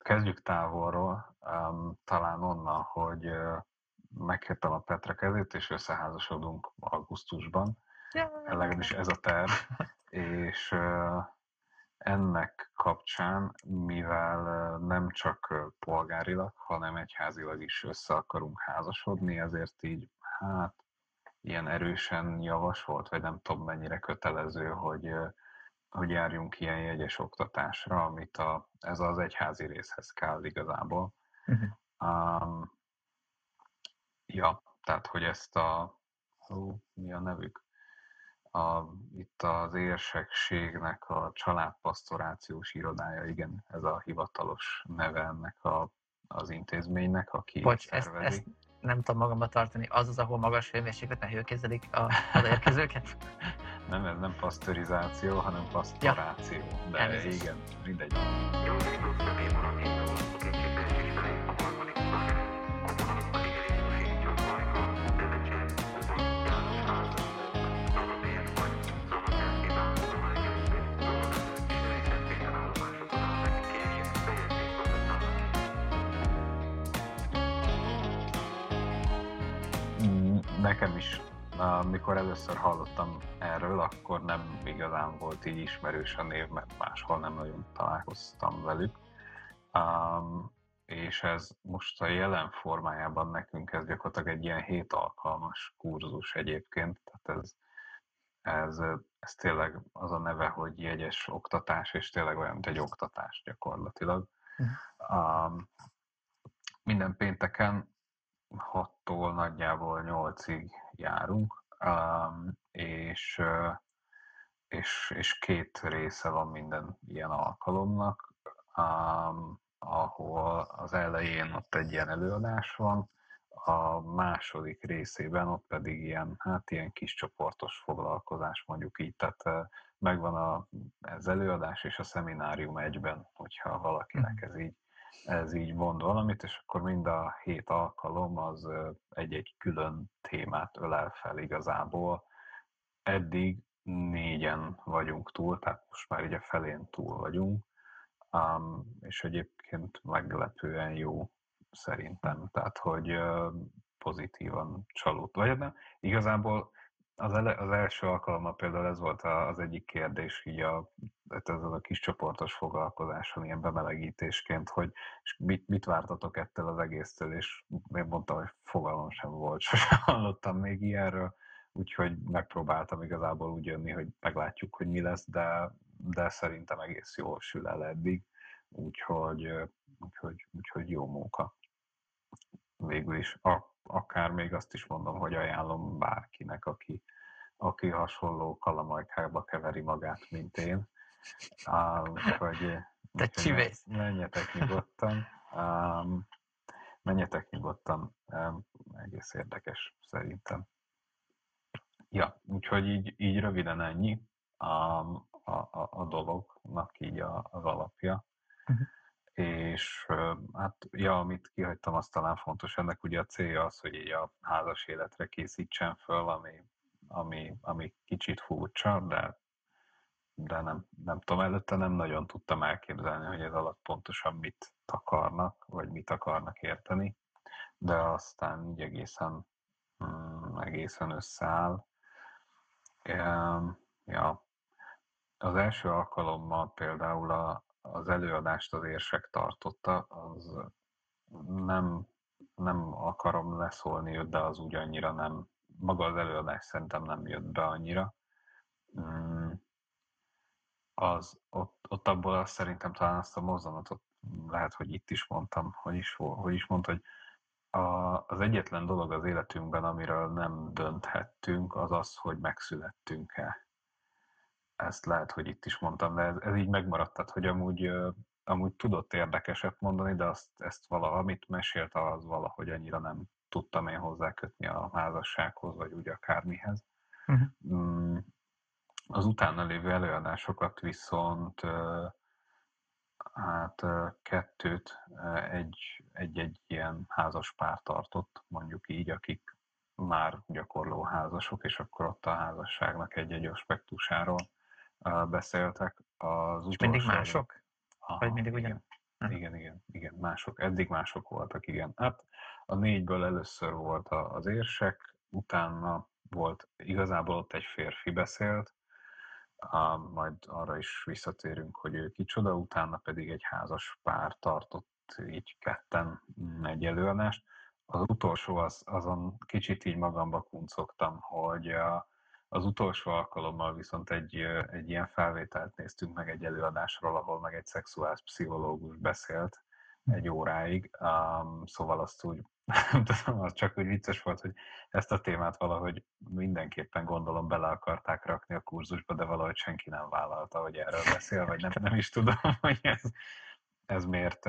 Kezdjük távolról, talán onnan, hogy megkértem a Petra kezét, és összeházasodunk augusztusban. Legalábbis ez a terv. És ennek kapcsán, mivel nem csak polgárilag, hanem egyházilag is össze akarunk házasodni, ezért így, hát ilyen erősen javasolt, vagy nem tudom mennyire kötelező, hogy járjunk ilyen jegyes oktatásra, amit ez az egyházi részhez kell igazából. Uh-huh. Ja, tehát hogy ezt mi a nevük? Itt az érsekségnek a családpasztorációs irodája, igen, ez a hivatalos neve ennek az intézménynek, aki Bocs, szervezi. ezt nem tudom magamba tartani. Az, ahol magas hőmérsékleten hőkezelik a odaérkezőket? Nem, ez nem pasztorizáció, hanem pasztoráció. Ja, de elnézést. Igen, mindegy. Nekem is, amikor először hallottam erről, akkor nem igazán volt így ismerős a név, mert máshol nem nagyon találkoztam velük. És ez most a jelen formájában nekünk ez gyakorlatilag egy ilyen 7 alkalmas kurzus egyébként, tehát ez tényleg az a neve, hogy jegyes oktatás, és tényleg olyan, mint egy oktatás gyakorlatilag. Minden pénteken 6-tól nagyjából 8-ig járunk, és 2 része van minden ilyen alkalomnak, ahol az elején ott egy ilyen előadás van, a második részében ott pedig ilyen kis csoportos foglalkozás, mondjuk így, tehát megvan az előadás és a szeminárium egyben, hogyha valakinek ez így mond valamit, és akkor mind a 7 alkalom az egy-egy külön témát ölel fel igazából. Eddig 4-en vagyunk túl, tehát most már így a felén túl vagyunk, és egyébként meglepően jó szerintem, tehát hogy pozitívan csalódott. Vagy nem, igazából az első alkalommal például ez volt az egyik kérdés, így ezzel a kis csoportos foglalkozáson, ilyen bemelegítésként, hogy mit vártatok ettől az egésztől, és én mondtam, hogy fogalmam sem volt, sosem hallottam még ilyenről, úgyhogy megpróbáltam igazából úgy jönni, hogy meglátjuk, hogy mi lesz, de szerintem egész jól sül el eddig, úgyhogy jó munka. Végül is akár még azt is mondom, hogy ajánlom bárkinek, aki hasonló kalamajkába keveri magát, mint én. Úgyhogy menjetek nyugodtan. Egész érdekes szerintem. Ja, úgyhogy így röviden ennyi a dolognak így az alapja. Uh-huh. És hát, amit kihagytam, az talán fontos, ennek ugye a célja az, hogy így a házas életre készítsen föl, ami kicsit furcsa, de nem tudom, előtte nem nagyon tudtam elképzelni, hogy ez alatt pontosan mit akarnak, vagy mit akarnak érteni, de aztán így egészen összeáll. Ja. Az első alkalommal például az előadást az érsek tartotta, az nem akarom leszólni őt, de az úgy annyira nem, maga az előadás szerintem nem jött be annyira. Ott abból azt szerintem talán azt a mozzanatot lehet, hogy itt is mondtam, hogy is mondta, hogy az egyetlen dolog az életünkben, amiről nem dönthettünk, az az, hogy megszülettünk-e. Ezt lehet, hogy itt is mondtam, de ez így megmaradt, tehát, hogy amúgy tudott érdekeset mondani, de amit mesélt, az valahogy annyira nem tudtam én hozzákötni a házassághoz, vagy úgy akármihez. Uh-huh. Az utána lévő előadásokat viszont 2 egy ilyen házas pár tartott, mondjuk így, akik már gyakorló házasok, és akkor ott a házasságnak egy aspektusáról beszéltek. És mindig mások? Vagy mindig ugyan? igen, mások, eddig mások voltak, igen. Hát a 4-ből először volt az érsek, utána volt, igazából ott egy férfi beszélt, majd arra is visszatérünk, hogy ő kicsoda, utána pedig egy házas pár tartott így ketten egy előadást. Az utolsó azon kicsit így magamba kuncogtam, hogy az utolsó alkalommal viszont egy ilyen felvételt néztünk meg egy előadásról, ahol meg egy szexuális pszichológus beszélt egy óráig, szóval azt úgy, nem tudom, az csak úgy vicces volt, hogy ezt a témát valahogy mindenképpen gondolom bele akarták rakni a kurzusba, de valahogy senki nem vállalta, hogy erről beszél, vagy nem is tudom, hogy ez miért,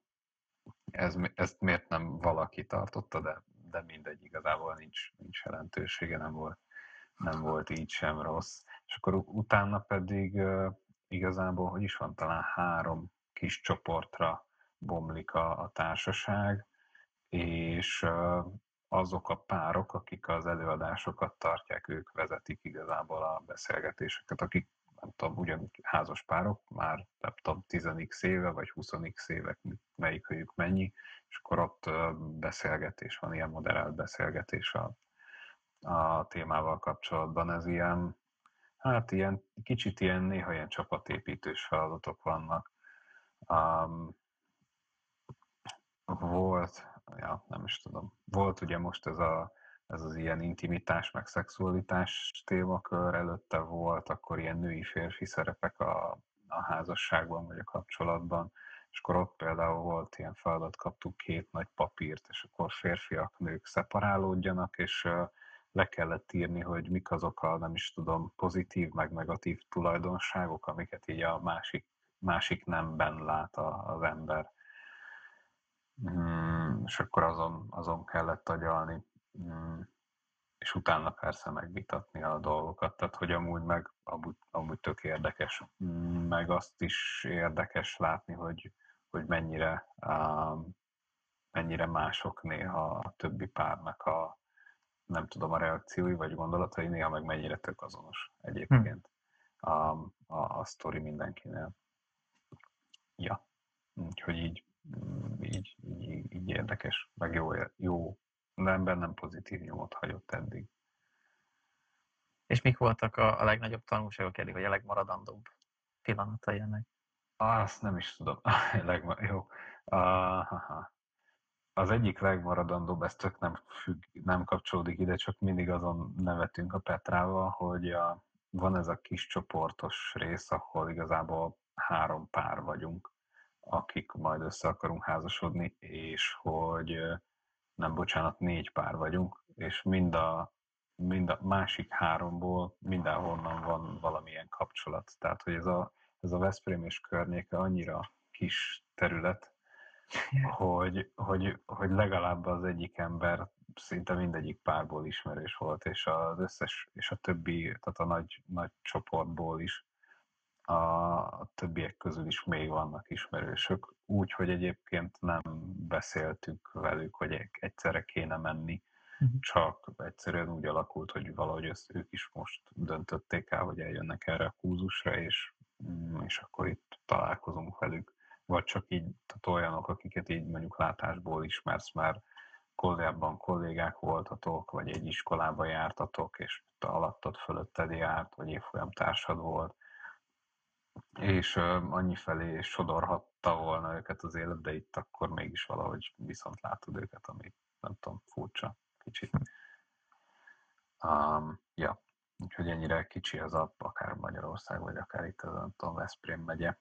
ezt miért nem valaki tartotta, de mindegy, igazából nincs jelentősége, nem volt így sem rossz. És akkor utána pedig igazából, hogy is van, talán 3 kis csoportra bomlik a társaság, és azok a párok, akik az előadásokat tartják, ők vezetik igazából a beszélgetéseket, akik nem tudom, ugyan házas párok, már nem tudom, 10x éve, vagy 20x éve, melyikőjük mennyi, és akkor ott beszélgetés van, ilyen moderált beszélgetés a témával kapcsolatban. Ez ilyen, hát ilyen, kicsit ilyen, néha ilyen csapatépítős feladatok vannak. Volt, ja, nem is tudom. Volt ugye most ez az ilyen intimitás, meg szexualitás témakör, előtte volt akkor ilyen női-férfi szerepek a házasságban, vagy a kapcsolatban, és akkor ott például volt ilyen feladat, kaptuk 2 nagy papírt, és akkor férfiak, nők szeparálódjanak, és le kellett írni, hogy mik azok a, nem is tudom, pozitív, meg negatív tulajdonságok, amiket így a másik nemben lát az ember. És akkor azon kellett agyalni, és utána persze megvitatni a dolgokat, tehát hogy amúgy tök érdekes, meg azt is érdekes látni, hogy mennyire mások néha a többi párnak nem tudom, a reakciói vagy gondolatai, néha meg mennyire tök azonos egyébként a sztori mindenkinél. Ja, úgyhogy így érdekes, meg jó, de bennem pozitív nyomot hagyott eddig. És mik voltak a legnagyobb tanulságok eddig, vagy a legmaradandóbb pillanatai ennek? Azt nem is tudom. Jó. Az egyik legmaradandóbb, ez tök nem kapcsolódik ide, csak mindig azon nevetünk a Petrával, hogy van ez a kis csoportos rész, ahol igazából 3 pár vagyunk, akik majd össze akarunk házasodni, és hogy nem, bocsánat, 4 pár vagyunk, és mind a másik 3-ból mindenhonnan van valamilyen kapcsolat. Tehát, hogy ez a Veszprém és környéke annyira kis terület, hogy legalább az egyik ember szinte mindegyik párból ismerős volt, és az összes, és a többi, tehát a nagy csoportból is, a többiek közül is még vannak ismerősök, úgy, hogy egyébként nem beszéltük velük, hogy egyszerre kéne menni, csak egyszerűen úgy alakult, hogy valahogy ők is most döntötték el, hogy eljönnek erre a kurzusra, és akkor itt találkozunk velük. Vagy csak így, tehát olyanok, akiket így mondjuk látásból ismersz, mert korábban kollégák voltatok, vagy egy iskolába jártatok, és alattad fölötted járt, vagy évfolyam társad volt, és annyi felé sodorhatta volna őket az élet, de itt akkor mégis valahogy viszont látod őket, ami nem tudom, furcsa kicsit. Ja, úgyhogy ennyire kicsi az akár Magyarország, vagy akár itt az, nem tudom, Veszprém megye.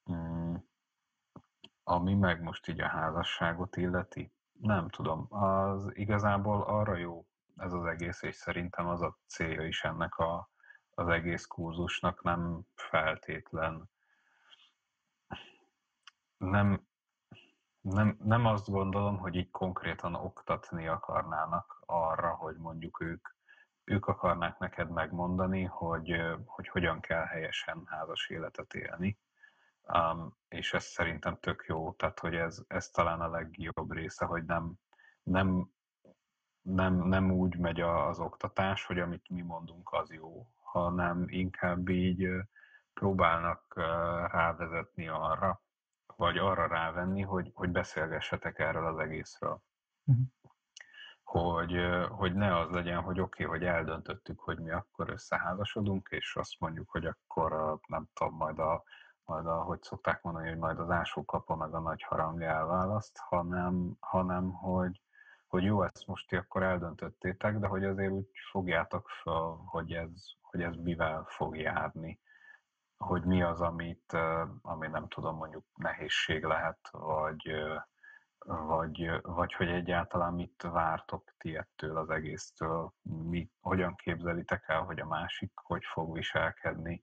Ami meg most így a házasságot illeti, nem tudom, az igazából arra jó ez az egész, és szerintem az a célja is ennek az egész kurzusnak, nem feltétlen, nem, nem azt gondolom, hogy így konkrétan oktatni akarnának arra, hogy mondjuk ők akarnák neked megmondani, hogy hogyan kell helyesen házas életet élni. És ez szerintem tök jó, tehát hogy ez talán a legjobb része, hogy nem, nem úgy megy az oktatás, hogy amit mi mondunk, az jó, hanem inkább így próbálnak rávezetni arra, vagy arra rávenni, hogy beszélgessetek erről az egészről. Uh-huh. Hogy ne az legyen, hogy oké, hogy eldöntöttük, hogy mi akkor összeházasodunk, és azt mondjuk, hogy akkor nem tudom, hogy szokták mondani, hogy majd az ásókapa meg a nagy harang elválaszt, hanem hogy jó, ezt most ti akkor eldöntöttétek, de hogy azért úgy fogjátok fel, hogy ez mivel fog járni, hogy mi az, ami nem tudom, mondjuk nehézség lehet, vagy hogy egyáltalán mit vártok ti ettől az egésztől, hogyan képzelitek el, hogy a másik hogy fog viselkedni.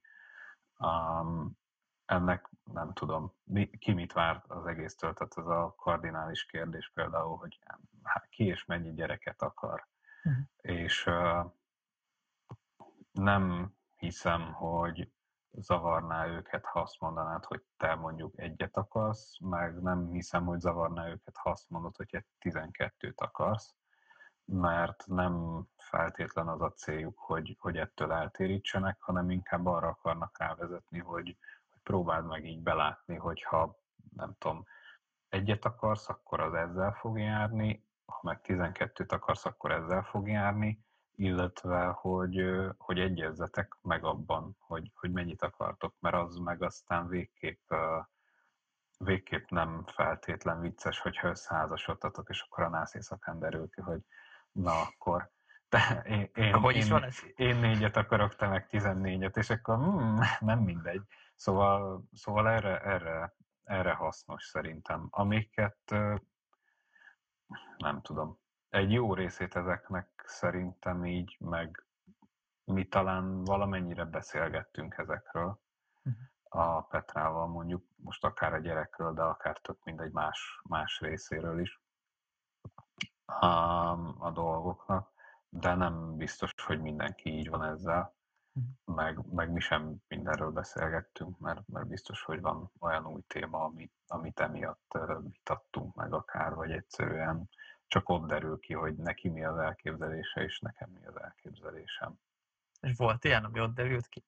Ennek nem tudom, ki mit vár az egésztől, tehát ez a kardinális kérdés például, hogy ki és mennyi gyereket akar. Uh-huh. És nem hiszem, hogy zavarná őket, ha azt mondanád, hogy te mondjuk egyet akarsz, meg nem hiszem, hogy zavarná őket, ha azt mondod, hogy 12-t akarsz, mert nem feltétlen az a céljuk, hogy ettől eltérítsenek, hanem inkább arra akarnak rávezetni, hogy próbáld meg így belátni, hogyha nem tudom, egyet akarsz, akkor az ezzel fog járni, ha meg 12-t akarsz, akkor ezzel fog járni, illetve hogy egyezzetek meg abban, hogy mennyit akartok, mert az meg aztán végképp nem feltétlen vicces, hogyha összeházasodtatok, és akkor a nász éjszakán derül ki, hogy na akkor Hogy is van ez? én 4-et akarok, te meg 14-et, és akkor nem mindegy. Szóval erre hasznos szerintem. Amiket nem tudom. Egy jó részét ezeknek szerintem így, meg mi talán valamennyire beszélgettünk ezekről Uh-huh. a Petrával, mondjuk most akár a gyerekről, de akár tök mindegy más részéről is a dolgoknak, de nem biztos, hogy mindenki így van ezzel, meg mi sem mindenről beszélgettünk, mert biztos, hogy van olyan új téma, amit emiatt vitattunk meg akár, vagy egyszerűen csak ott derül ki, hogy neki mi az elképzelése, és nekem mi az elképzelésem. És volt ilyen, ami ott derült ki?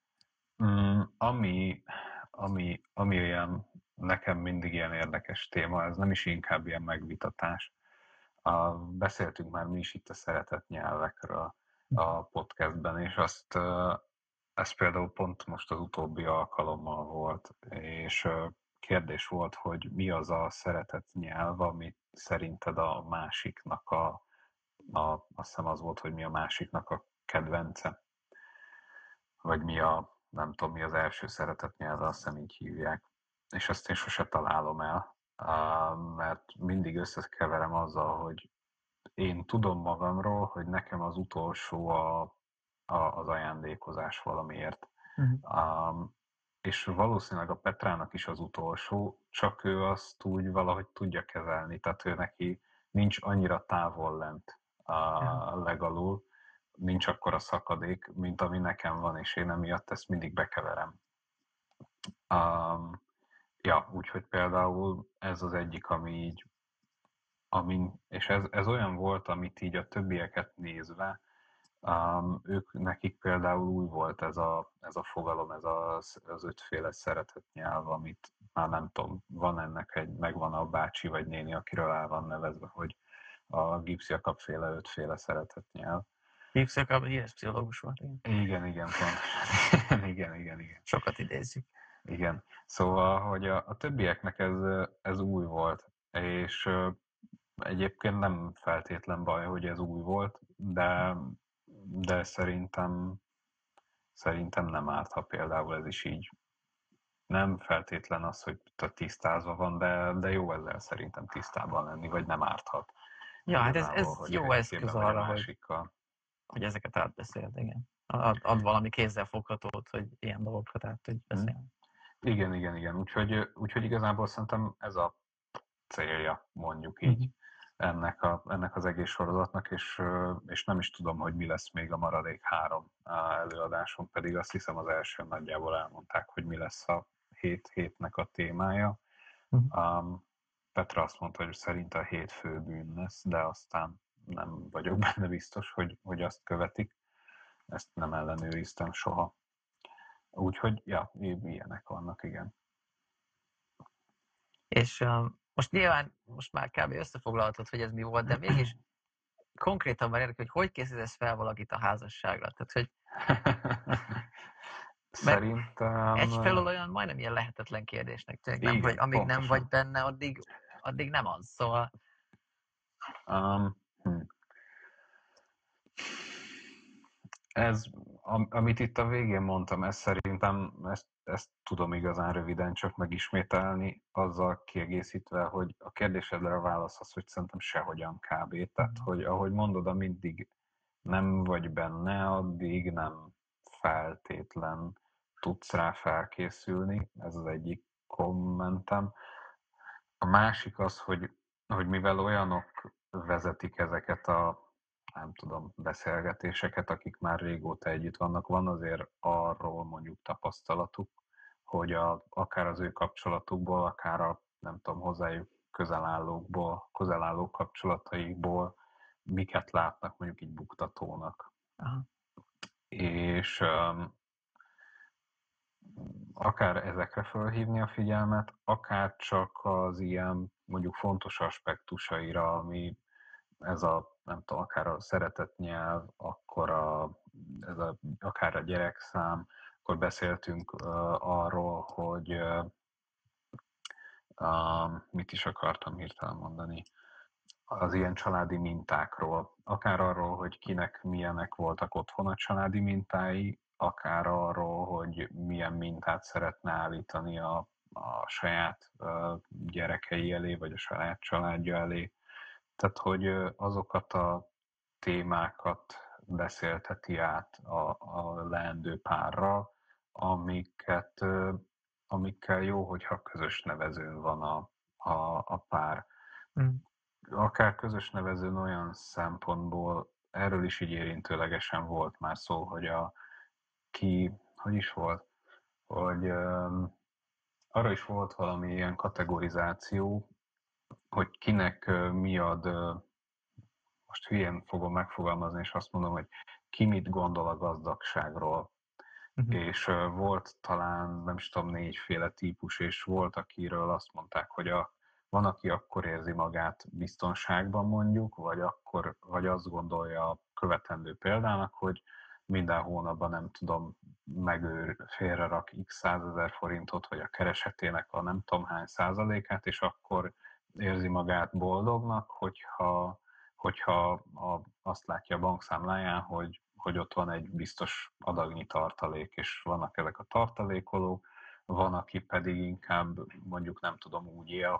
Ami ilyen, nekem mindig ilyen érdekes téma, ez nem is inkább ilyen megvitatás. Beszéltünk már mi is itt a szeretett nyelvekről a podcastben, és ez például pont most az utóbbi alkalommal volt, és kérdés volt, hogy mi az a szeretett nyelv, amit szerinted a másiknak azt hiszem az volt, hogy mi a másiknak a kedvence, vagy nem tudom, mi az első szeretett nyelve, azt hiszem így hívják. És ezt én sose találom el, mert mindig összekeverem azzal, hogy én tudom magamról, hogy nekem az utolsó az ajándékozás valamiért. Uh-huh. És valószínűleg a Petrának is az utolsó, csak ő azt úgy valahogy tudja kezelni, tehát ő neki nincs annyira távol lent a legalul, nincs akkora szakadék, mint ami nekem van, és én emiatt ezt mindig bekeverem. Ja, úgyhogy például ez az egyik, és ez olyan volt, amit így a többieket nézve, nekik például új volt ez a fogalom, az ötféle szeretett nyelv, amit már nem tudom, megvan a bácsi vagy néni, akiről el van nevezve, hogy a Gibbs Jakab féle ötféle szeretett nyelv. Gibbs Jakab híres pszichológus volt. Igen, pontosan. igen. Sokat idézzük. Igen. Szóval, hogy a többieknek ez új volt, és egyébként nem feltétlen baj, hogy ez új volt, de szerintem nem árt, ha például ez is így. Nem feltétlen az, hogy tisztázva van, de jó ezzel szerintem tisztában lenni, vagy nem árthat. Ja, hát ez Igazából, jó eszköz arra, hogy ezeket átbeszéld, igen. Ad valami kézzelfoghatót, hogy ilyen dolgokat át tudj beszélni. Igen. Úgyhogy igazából szerintem ez a célja, mondjuk így, ennek az egész sorozatnak, és nem is tudom, hogy mi lesz még a maradék 3 előadáson, pedig azt hiszem az első nagyjából elmondták, hogy mi lesz a hétnek a témája. Petra azt mondta, hogy szerint a 7 fő bűn lesz, de aztán nem vagyok benne biztos, hogy azt követik. Ezt nem ellenőriztem soha. Úgyhogy, ja, ilyenek vannak, igen. És most nyilván most már kb. Összefoglalhatod, hogy ez mi volt, de mégis konkrétabban érdekel, hogy készítesz fel valakit a házasságra. Tehát, hogy mert Szerintem egyfelől olyan majdnem ilyen lehetetlen kérdésnek tűnik, nem, hogy igen, amíg nem vagy pontosan. benne, addig nem az. Szóval Um, hm. Ez, amit itt a végén mondtam, ez szerintem, ezt tudom igazán röviden csak megismételni, azzal kiegészítve, hogy a kérdésedre a válasz az, hogy szerintem sehogyan kb. Tehát, hogy ahogy mondod, ameddig nem vagy benne, addig nem feltétlen tudsz rá felkészülni. Ez az egyik kommentem. A másik az, hogy mivel olyanok vezetik ezeket a nem tudom, beszélgetéseket, akik már régóta együtt vannak, van azért arról mondjuk tapasztalatuk, hogy akár az ő kapcsolatukból, akár a nem tudom, hozzájuk közel álló kapcsolataikból miket látnak mondjuk így buktatónak. aha. És akár ezekre fölhívni a figyelmet, akár csak az ilyen mondjuk fontos aspektusaira, ami ez a, nem tudom, akár a szeretett nyelv, akkor akár a gyerekszám, akkor beszéltünk arról, hogy mit is akartam hirtelen mondani, az ilyen családi mintákról, akár arról, hogy kinek milyenek voltak otthon a családi mintái, akár arról, hogy milyen mintát szeretne állítani a saját gyerekei elé, vagy a saját családja elé. Tehát, hogy azokat a témákat beszélteti át a leendő párra, amiket, amikkel jó, hogyha közös nevezőn van a pár. Mm. Akár közös nevezőn olyan szempontból, erről is így érintőlegesen volt már szó, hogy hogy is volt, hogy arra is volt valami ilyen kategorizáció, hogy kinek mi ad, most hülyén fogom megfogalmazni, és azt mondom, hogy ki mit gondol a gazdagságról. Mhm. És volt talán, nem is tudom, 4 típus, és volt, akiről azt mondták, hogy van, aki akkor érzi magát biztonságban mondjuk, vagy azt gondolja a követendő példának, hogy minden hónapban nem tudom, félrerak x 100 000 forintot, vagy a keresetének a nem tudom hány százalékát, és akkor érzi magát boldognak, hogyha azt látja a bankszámláján, hogy ott van egy biztos adagnyi tartalék, és vannak ezek a tartalékolók, van, aki pedig inkább mondjuk nem tudom úgy él,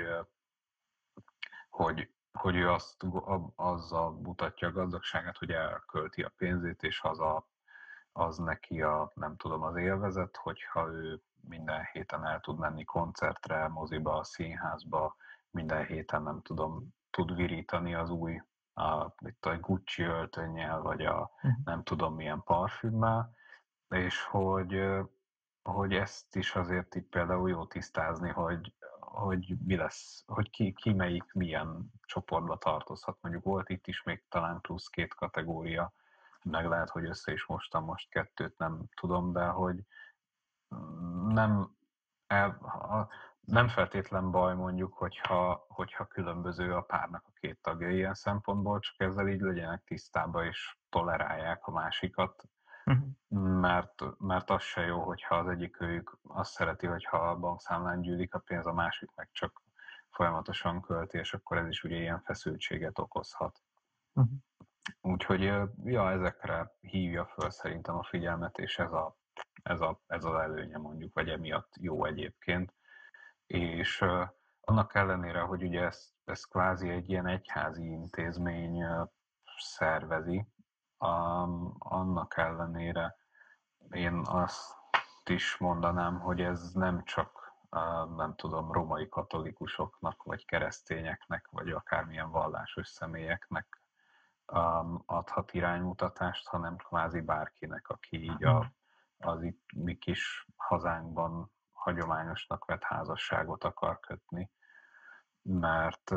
hogy ő azzal mutatja a gazdagságát, hogy elkölti a pénzét, és az neki nem tudom, az élvezet, hogyha ő minden héten el tud menni koncertre, moziba, színházba, minden héten nem tudom, tud virítani az új a Gucci öltönnyel, vagy Mhm. nem tudom milyen parfümmel, és hogy ezt is azért itt például jó tisztázni, hogy mi lesz, hogy ki melyik milyen csoportba tartozhat. Mondjuk volt itt is még talán plusz 2 kategória, meg lehet, hogy össze is mostam most 2, nem tudom, de hogy nem, nem feltétlen baj mondjuk, hogyha különböző a párnak a 2 tagja ilyen szempontból, csak ezzel így legyenek tisztában és tolerálják a másikat, Mhm. mert az se jó, hogyha az egyik őjük azt szereti, hogyha a bankszámlán gyűlik a pénz, a másik meg csak folyamatosan költi, és akkor ez is ugye ilyen feszültséget okozhat. Mhm. Úgyhogy ja, ezekre hívja föl szerintem a figyelmet, és ez az előnye mondjuk, vagy emiatt jó egyébként. És annak ellenére, hogy ugye ez kvázi egy ilyen egyházi intézmény szervezi, annak ellenére én azt is mondanám, hogy ez nem csak nem tudom, romai katolikusoknak, vagy keresztényeknek, vagy akármilyen vallásos személyeknek adhat iránymutatást, hanem kvázi bárkinek, aki így az itt mi kis hazánkban hagyományosnak vett házasságot akar kötni, mert,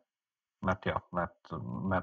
mert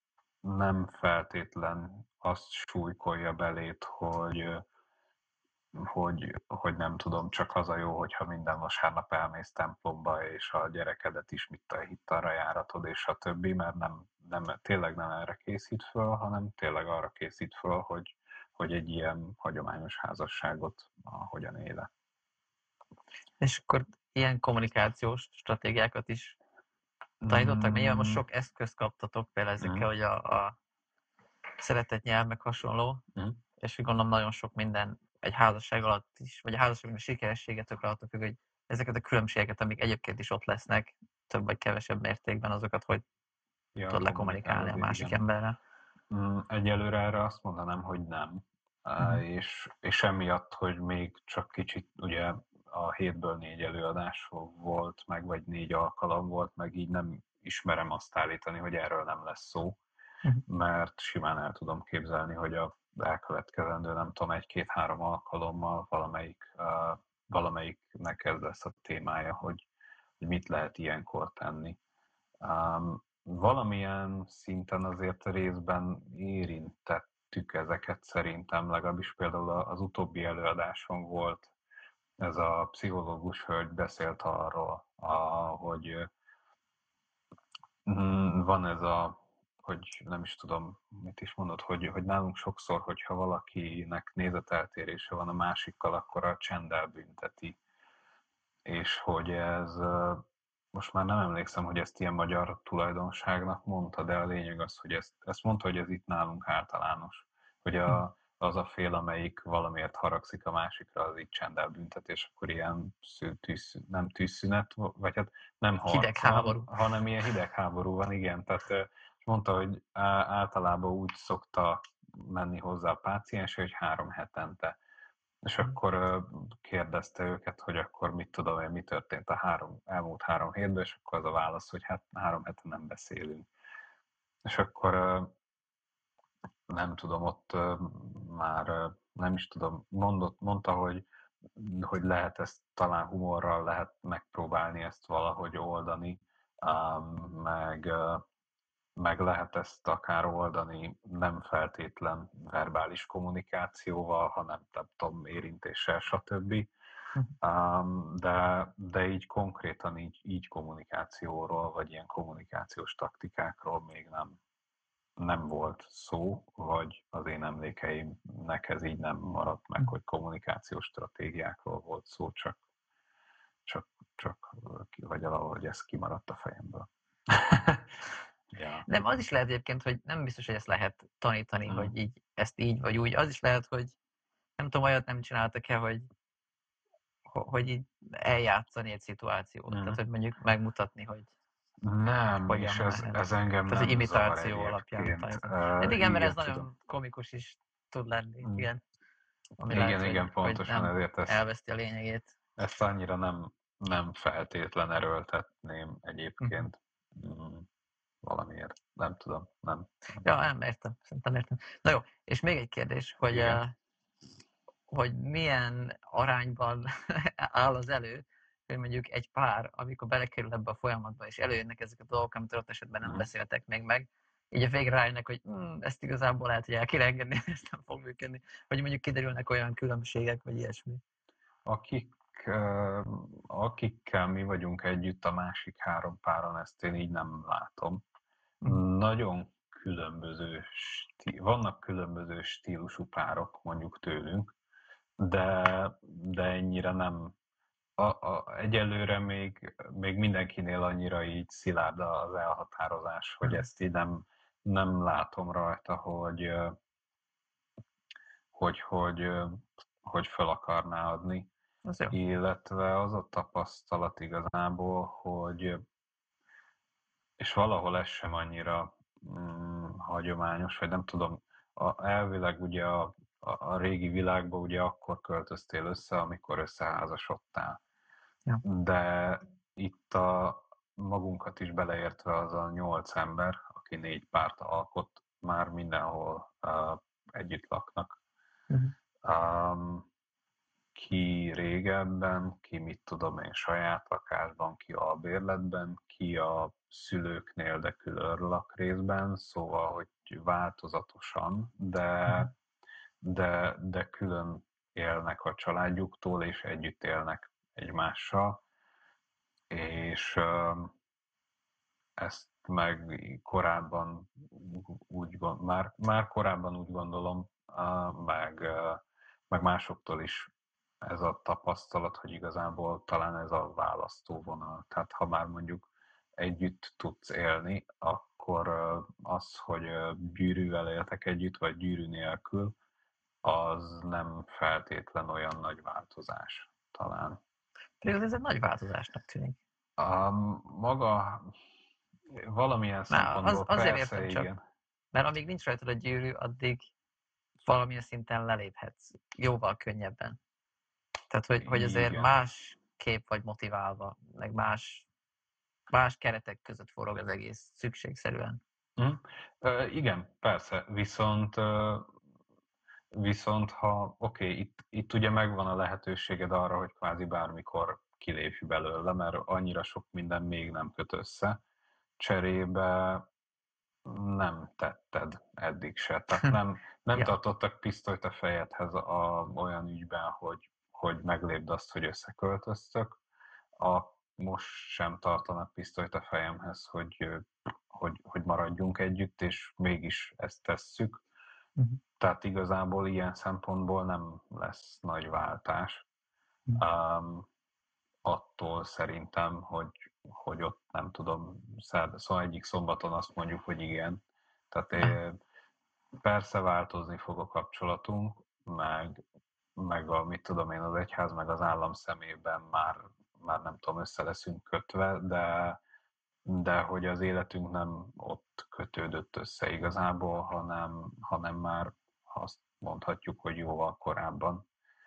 nem feltétlen azt súlykolja belét, hogy nem tudom, csak az a jó, hogyha minden vasárnap elmész templomba, és a gyerekedet is mit a hittarra járatod, és a többi, mert tényleg nem erre készít föl, hanem tényleg arra készít föl, hogy egy ilyen hagyományos házasságot hogyan éle. És akkor ilyen kommunikációs stratégiákat is tanítottak? Mert most sok eszközt kaptatok, például ezekkel, hogy a szeretett nyelv, meg hasonló, és gondolom nagyon sok minden egy házasság alatt is, vagy a házasságban a sikerességetökre attól függ, hogy ezeket a különbségeket, amik egyébként is ott lesznek, több vagy kevesebb mértékben, azokat hogy tudod lekommunikálni a másik emberrel. Egyelőre erre azt mondanám, hogy nem. És emiatt, hogy még csak kicsit, ugye a 7-ből 4 előadás volt, meg vagy 4 alkalom volt, meg így nem ismerem azt állítani, hogy erről nem lesz szó, mert simán el tudom képzelni, hogy a elkövetkezendő, nem tudom, 1-2-3 alkalommal valamelyiknek ez lesz a témája, hogy mit lehet ilyenkor tenni. Valamilyen szinten azért részben érintettük ezeket szerintem, legalábbis például az utóbbi előadáson volt, ez a pszichológus hölgy beszélt arról, hogy van ez hogy nem is tudom, mit is mondod, hogy nálunk sokszor, hogyha valakinek nézeteltérése van a másikkal, akkor a csenddel bünteti. És hogy ez, most már nem emlékszem, hogy ezt ilyen magyar tulajdonságnak mondta, de a lényeg az, hogy ezt mondta, hogy ez itt nálunk általános. Hogy az a fél, amelyik valamiért haragszik a másikra, az így csenddel büntet, és akkor ilyen nem tűzszünet, vagy hát nem harc van, hanem ilyen hidegháború van, igen. Tehát mondta, hogy általában úgy szokta menni hozzá a páciens, hogy 3 hetente. És akkor kérdezte őket, hogy akkor mit tudom én, mi történt elmúlt 3 hétben, és akkor az a válasz, hogy hát 3 hete nem beszélünk. És akkor nem tudom, ott már nem is tudom, mondta, hogy lehet ezt talán humorral lehet megpróbálni ezt valahogy oldani, meg lehet ezt akár oldani nem feltétlen verbális kommunikációval, hanem nem tudom, érintéssel, stb. De így konkrétan így kommunikációról, vagy ilyen kommunikációs taktikákról még nem volt szó, vagy az én emlékeimnek ez így nem maradt meg, hogy kommunikációs stratégiákról volt szó, csak vagy valahogy ez kimaradt a fejemből. Ja. Nem, az is lehet egyébként, hogy nem biztos, hogy ezt lehet tanítani, hogy így, ezt így vagy úgy. Az is lehet, hogy nem tudom, olyat nem csináltak-e, hogy így eljátszani egy szituációt. Tehát, hogy mondjuk megmutatni, hogy nem, és ez engem tehát, nem imitáció alapján tanítani. Igen, mert ez nagyon komikus is tud lenni. Igen, ami lehet, igen, pontosan ezért elveszti a lényegét. Ezt annyira nem feltétlen erőltetném egyébként. Valamiért. Nem tudom. Nem. Ja, nem értem. Szerintem értem. Na jó, és még egy kérdés, hogy milyen arányban áll az elő, hogy mondjuk egy pár, amikor belekerül ebbe a folyamatba, és előjönnek ezek a dolgok, amit ott esetben nem beszéltek még meg, így a végre rájönnek, hogy ezt igazából lehet, hogy el kéne engedni, ezt nem fog működni. Vagy mondjuk kiderülnek olyan különbségek, vagy ilyesmi. Akikkel mi vagyunk együtt, a másik 3 páron, ezt én így nem látom. Nagyon vannak különböző stílusú párok mondjuk tőlünk, de ennyire nem. Egyelőre még mindenkinél annyira így szilárd az elhatározás, hogy ezt így nem látom rajta, hogy fel akarná adni. Illetve az a tapasztalat igazából, hogy és valahol ez sem annyira hagyományos, vagy nem tudom, elvileg ugye a régi világban ugye akkor költöztél össze, amikor összeházasodtál. Ja. De itt magunkat is beleértve az a 8 ember, aki 4 párt alkot, már mindenhol együtt laknak. Ki régebben, ki mit tudom én saját lakásban, ki albérletben, ki a szülőknél, de külön lakrészben, szóval, hogy változatosan, de külön élnek a családjuktól, és együtt élnek egymással, és ezt meg korábban már korábban úgy gondolom, meg másoktól is ez a tapasztalat, hogy igazából talán ez a választóvonal. Tehát ha már mondjuk együtt tudsz élni, akkor az, hogy gyűrűvel éltek együtt, vagy gyűrű nélkül, az nem feltétlen olyan nagy változás talán. Pedig ez egy nagy változásnak tűnik. Maga valamilyen szempontból Azért persze, értem csak, igen. mert amíg nincs rajtad a gyűrű, addig valamilyen szinten leléphetsz jóval könnyebben. Tehát, hogy azért Igen. más kép vagy motiválva, meg más keretek között forog az egész szükségszerűen. Igen, persze, viszont ha itt ugye megvan a lehetőséged arra, hogy kvázi bármikor kilépj belőle, mert annyira sok minden még nem köt össze. Cserébe nem tetted eddig se. Tehát nem Ja. tartottak pisztolyt a fejedhez olyan ügyben, hogy meglépd azt, hogy összeköltöztök. Most sem tartanak pisztolyt a fejemhez, hogy maradjunk együtt, és mégis ezt tesszük. Tehát igazából ilyen szempontból nem lesz nagy váltás. Attól szerintem, hogy ott nem tudom, szóval egyik szombaton azt mondjuk, hogy igen. Tehát persze változni fog a kapcsolatunk, meg mit tudom én, az egyház, meg az állam szemében már nem tudom, össze leszünk kötve, de hogy az életünk nem ott kötődött össze igazából, hanem már azt mondhatjuk, hogy jóval korábban.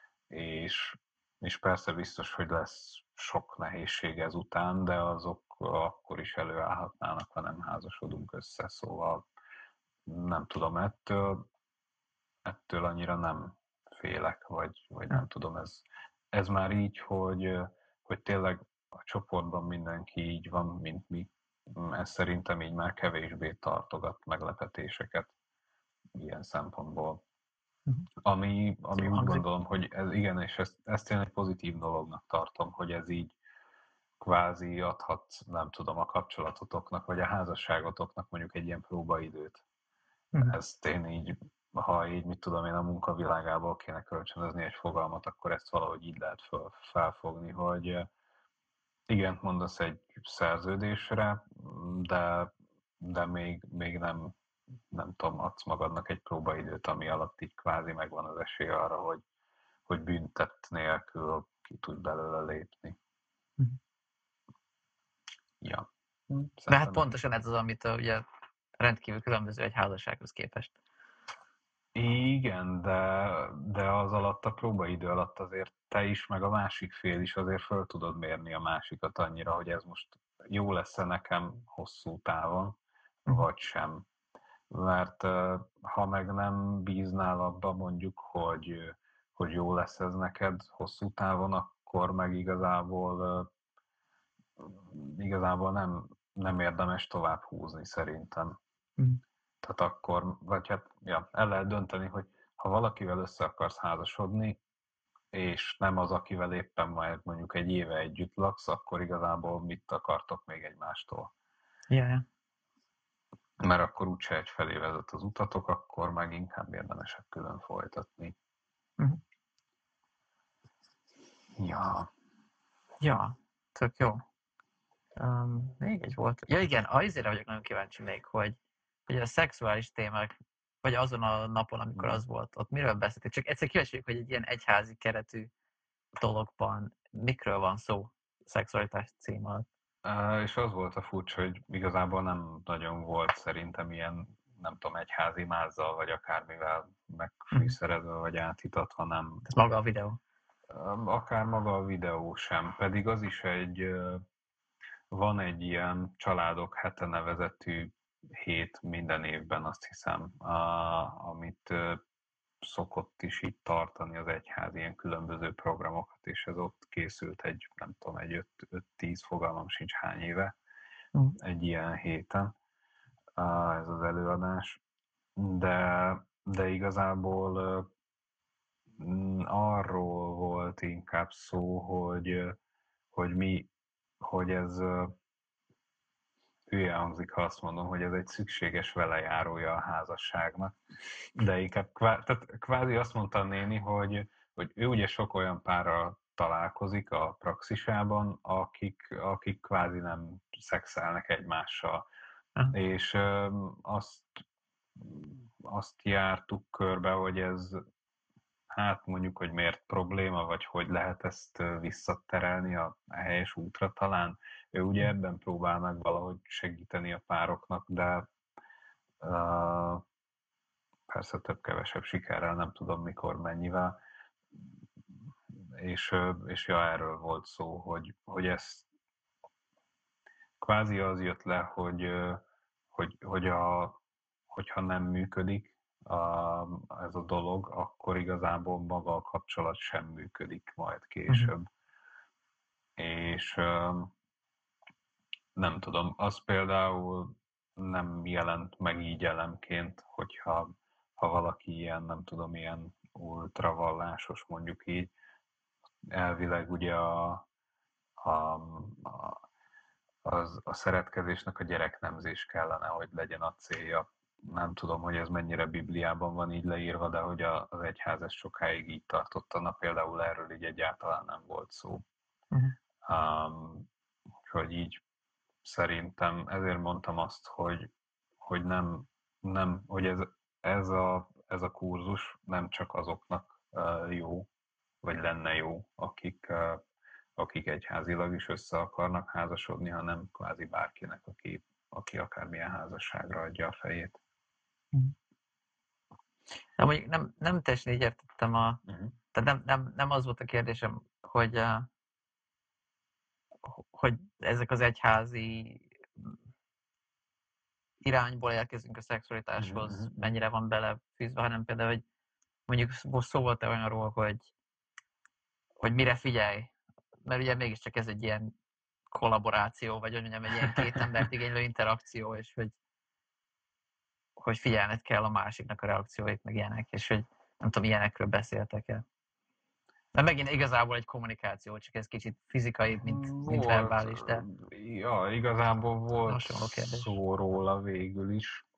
És persze biztos, hogy lesz sok nehézség ezután, de azok akkor is előállhatnának, ha nem házasodunk össze. Szóval nem tudom, ettől annyira nem félek, vagy nem tudom, ez már így, hogy tényleg a csoportban mindenki így van, mint mi. Ez szerintem így már kevésbé tartogat meglepetéseket ilyen szempontból. Ami úgy gondolom, hogy ez igen, és ezt én egy pozitív dolognak tartom, hogy ez így kvázi adhat, nem tudom, a kapcsolatotoknak, vagy a házasságotoknak mondjuk egy ilyen próbaidőt. Ezt én így, ha így, mit tudom én, a munkavilágából kéne kölcsönözni egy fogalmat, akkor ezt valahogy így lehet felfogni, hogy igen, mondasz egy szerződésre, de még nem tudom, adsz magadnak egy próbaidőt, ami alatt így kvázi megvan az esély arra, hogy büntet nélkül ki tudj belőle lépni. Ja. De hát pontosan ez az, amit ugye rendkívül különböző egy házassághoz képest. Igen, de az alatt a próbaidő alatt azért te is, meg a másik fél is azért föl tudod mérni a másikat annyira, hogy ez most jó lesz-e nekem hosszú távon, vagy sem. Mert ha meg nem bíznál abba mondjuk, hogy jó lesz ez neked hosszú távon, akkor meg igazából nem érdemes tovább húzni szerintem. Tehát akkor, vagy hát, ja, el lehet dönteni, hogy ha valakivel össze akarsz házasodni, és nem az, akivel éppen majd mondjuk egy éve együtt laksz, akkor igazából mit akartok még egymástól? Yeah. Mert akkor úgyse egyfelé vezet az utatok, akkor meg inkább érdemesebb külön folytatni. Ja, tök jó. Még egy volt. Ja igen, azért vagyok nagyon kíváncsi még, hogy a szexuális témák, vagy azon a napon, amikor az volt, ott miről beszéltek. Csak egyszer kíváncsi vagyok, hogy egy ilyen egyházi keretű dologban mikről van szó szexualitás cím alatt. És az volt a furcsa, hogy igazából nem nagyon volt szerintem ilyen, nem tudom, egyházi mázzal, vagy akármivel megfűszerezve, vagy átítatva, hanem... Ez maga a videó. Akár maga a videó sem, pedig az is van egy ilyen Családok Hete nevezetű hét minden évben, azt hiszem, amit szokott is így tartani az egyház, ilyen különböző programokat, és ez ott készült egy, nem tudom, egy 5-10 fogalmam sincs hány éve, egy ilyen héten ez az előadás, de igazából arról volt inkább szó, hogy ez hülye hangzik, ha azt mondom, hogy ez egy szükséges velejárója a házasságnak. De inkább tehát kvázi azt mondta a néni, hogy ő ugye sok olyan párral találkozik a praxisában, akik kvázi nem szexelnek egymással. És azt jártuk körbe, hogy ez hát mondjuk, hogy miért probléma, vagy hogy lehet ezt visszaterelni a helyes útra talán. Ő ugye ebben próbál meg valahogy segíteni a pároknak, de persze több-kevesebb sikerrel, nem tudom mikor, mennyivel. És ja, erről volt szó, hogy ez kvázi az jött le, hogyha nem működik ez a dolog, akkor igazából maga a kapcsolat sem működik majd később. És nem tudom, az például nem jelent meg így elemként, hogyha valaki ilyen, nem tudom, ilyen ultravallásos, mondjuk így, elvileg ugye a szeretkezésnek a gyereknemzés kellene, hogy legyen a célja. Nem tudom, hogy ez mennyire Bibliában van így leírva, de hogy az egyház ezt sokáig így tartotta, na például erről így egyáltalán nem volt szó. Hogy így szerintem, ezért mondtam azt, hogy nem hogy ez a kurzus nem csak azoknak jó, vagy lenne jó, akik egyházilag is össze akarnak házasodni, hanem kvázi bárkinek, aki akármilyen házasságra adja a fejét. De mondjuk nem teljesen így értettem tehát nem az volt a kérdésem, hogy ezek az egyházi irányból érkezünk a szexualitáshoz, mennyire van belefűzve, hanem például, hogy mondjuk szó volt olyanról, hogy mire figyelj, mert ugye mégiscsak ez egy ilyen kollaboráció, vagy mondjam, egy ilyen két embert igénylő interakció, és hogy figyelned kell a másiknak a reakcióit, meg ilyenek, és hogy nem tudom, ilyenekről beszéltek-e. Mert megint igazából egy kommunikáció, csak ez kicsit fizikai, mint verbális, de... Ja, igazából volt szó róla végül is.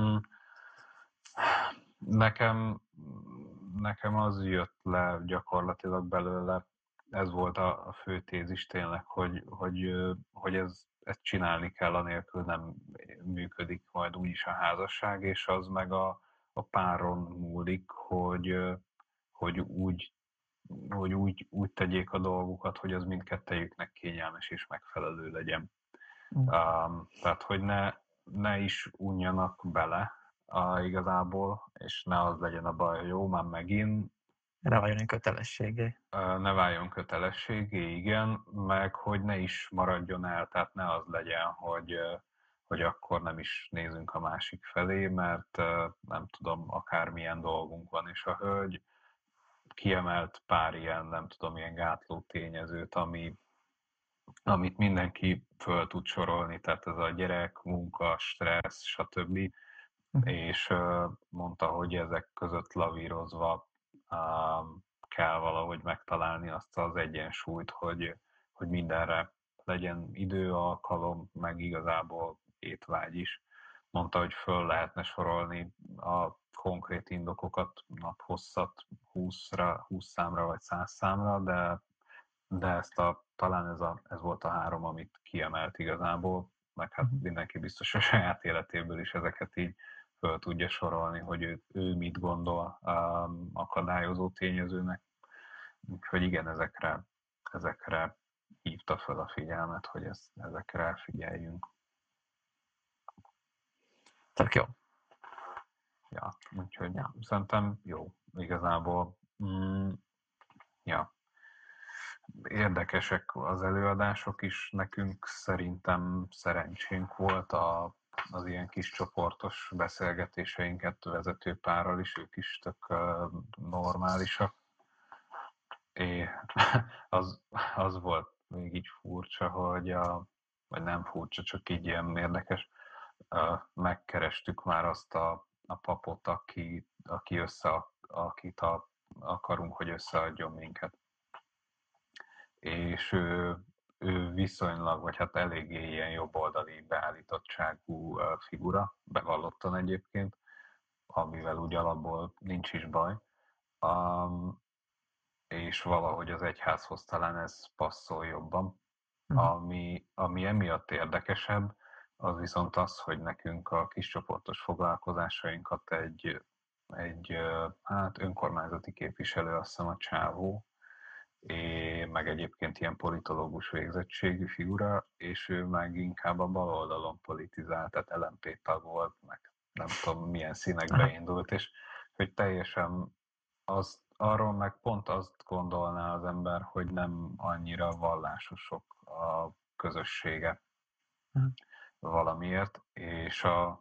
Nekem az jött le gyakorlatilag belőle, ez volt a fő tézis tényleg, hogy ezt csinálni kell, anélkül nem működik majd úgyis a házasság, és az meg a páron múlik, hogy úgy tegyék a dolgukat, hogy az mindkettejüknek kényelmes és megfelelő legyen. Tehát, hogy ne is unjanak bele igazából, és ne az legyen a baj, hogy jó, már megint. Ne váljon kötelességé. Ne váljon kötelességé, igen, meg hogy ne is maradjon el, tehát ne az legyen, hogy akkor nem is nézünk a másik felé, mert nem tudom, akármilyen dolgunk van, és a hölgy kiemelt pár ilyen, nem tudom, ilyen gátló tényezőt, amit mindenki föl tud sorolni, tehát ez a gyerek, munka, stressz, stb. És mondta, hogy ezek között lavírozva kell valahogy megtalálni azt az egyensúlyt, hogy mindenre legyen idő, alkalom, meg igazából étvágy is. Mondta, hogy föl lehetne sorolni a konkrét indokokat, naphosszat 20 számra vagy 100 számra, de talán ez volt a 3, amit kiemelt igazából, meg hát mindenki biztos a saját életéből is ezeket így föl tudja sorolni, hogy ő mit gondol akadályozó tényezőnek. Úgyhogy igen, ezekre hívta fel a figyelmet, hogy ezekre figyeljünk. Tök jó. Ja, úgyhogy szerintem jó, igazából. Ja. Érdekesek az előadások is, nekünk szerintem szerencsénk volt az ilyen kis csoportos beszélgetéseinket vezető párral is, ők is tök normálisak. Az volt még így furcsa, vagy nem furcsa, csak így ilyen érdekes, megkerestük már azt a papot, akit a akarunk, hogy összeadjon minket. És ő viszonylag, vagy hát eléggé ilyen jobboldali beállítottságú figura, bevallottan egyébként, amivel úgy alapból nincs is baj. És valahogy az egyházhoz talán ez passzol jobban. Ami emiatt érdekesebb, az viszont az, hogy nekünk a kiscsoportos foglalkozásainkat egy hát önkormányzati képviselő, azt hiszem a csávó, meg egyébként ilyen politológus végzettségű figura, és ő meg inkább a bal oldalon politizált, tehát LMP tag volt, meg nem tudom milyen színekbe indult, és hogy teljesen arról meg pont azt gondolná az ember, hogy nem annyira vallásosok a közössége valamiért, és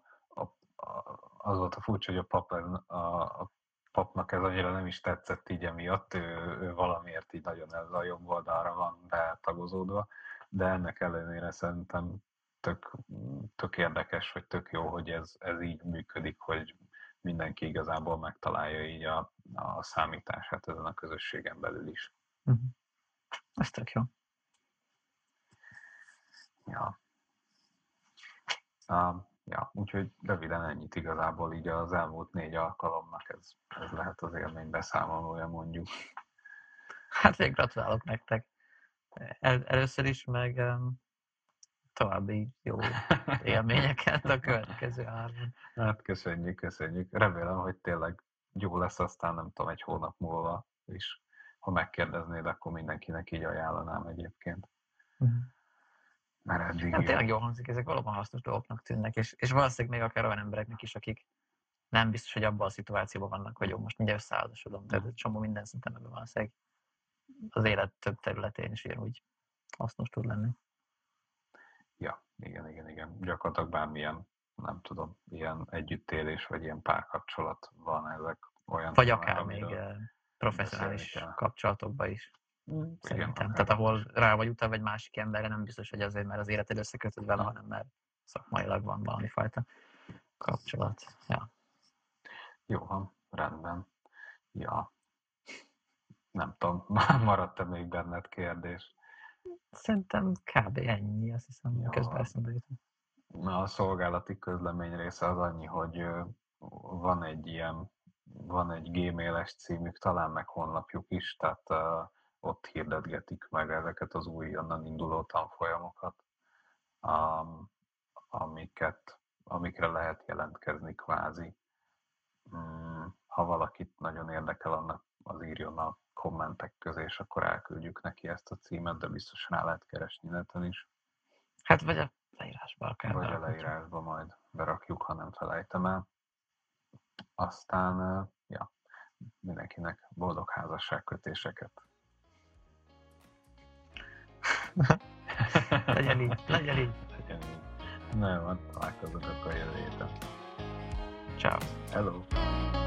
az volt a furcsa, hogy a papnak ez annyira nem is tetszett így emiatt, ő valamiért így nagyon ez a jobb oldalra van betagozódva, de ennek ellenére szerintem tök érdekes, vagy tök jó, hogy ez így működik, hogy mindenki igazából megtalálja így a számítását ezen a közösségen belül is. Ez tök jó. Ja. Úgyhogy röviden ennyit igazából így az elmúlt 4 alkalomnak ez lehet az élménybeszámolója, mondjuk. Hát még gratulálok nektek. Először is, meg további jó élményeket a következő 3. Hát köszönjük. Remélem, hogy tényleg jó lesz, aztán nem tudom, 1 hónap múlva is. Ha megkérdeznéd, akkor mindenkinek így ajánlanám egyébként. Mert eddig hát tényleg jól hangzik, ezek valóban hasznos dolgoknak tűnnek, és valószínűleg még akár olyan embereknek is, akik nem biztos, hogy abban a szituációban vannak, hogy jó, most mindjárt összeházasodom, tehát egy csomó minden szinten ebben valószínűleg az élet több területén is ugyanúgy hasznos tud lenni. Ja, igen. Gyakorlatilag bármilyen, nem tudom, ilyen együttélés, vagy ilyen párkapcsolat van, ezek olyan vagy akár még professzionális kapcsolatokban is. Szerintem. Tehát ahol rá vagy utal, vagy másik emberre, nem biztos, hogy azért, mert az életed összekötöd vele, hanem mert szakmailag van valami fajta kapcsolat. Ja. Jó, rendben. Ja. Nem tudom, maradt-e még benned kérdés? Szerintem kb. Ennyi, azt hiszem, közben eszembe jutott. A szolgálati közlemény része az annyi, hogy van egy gmail-es címük, talán meg honlapjuk is, tehát ott hirdetgetik meg ezeket az újonnan induló tanfolyamokat, amikre lehet jelentkezni kvázi. Ha valakit nagyon érdekel, annak az írjon a kommentek közé, és akkor elküldjük neki ezt a címet, de biztosan rá lehet keresni neten is. Hát vagy a leírásba akár. Vagy a leírásba majd berakjuk, ha nem felejtem el. Aztán, mindenkinek boldog házasságkötéseket. Legyen így. Nem, találkozunk akkor jövő héten. Ciao. Hello.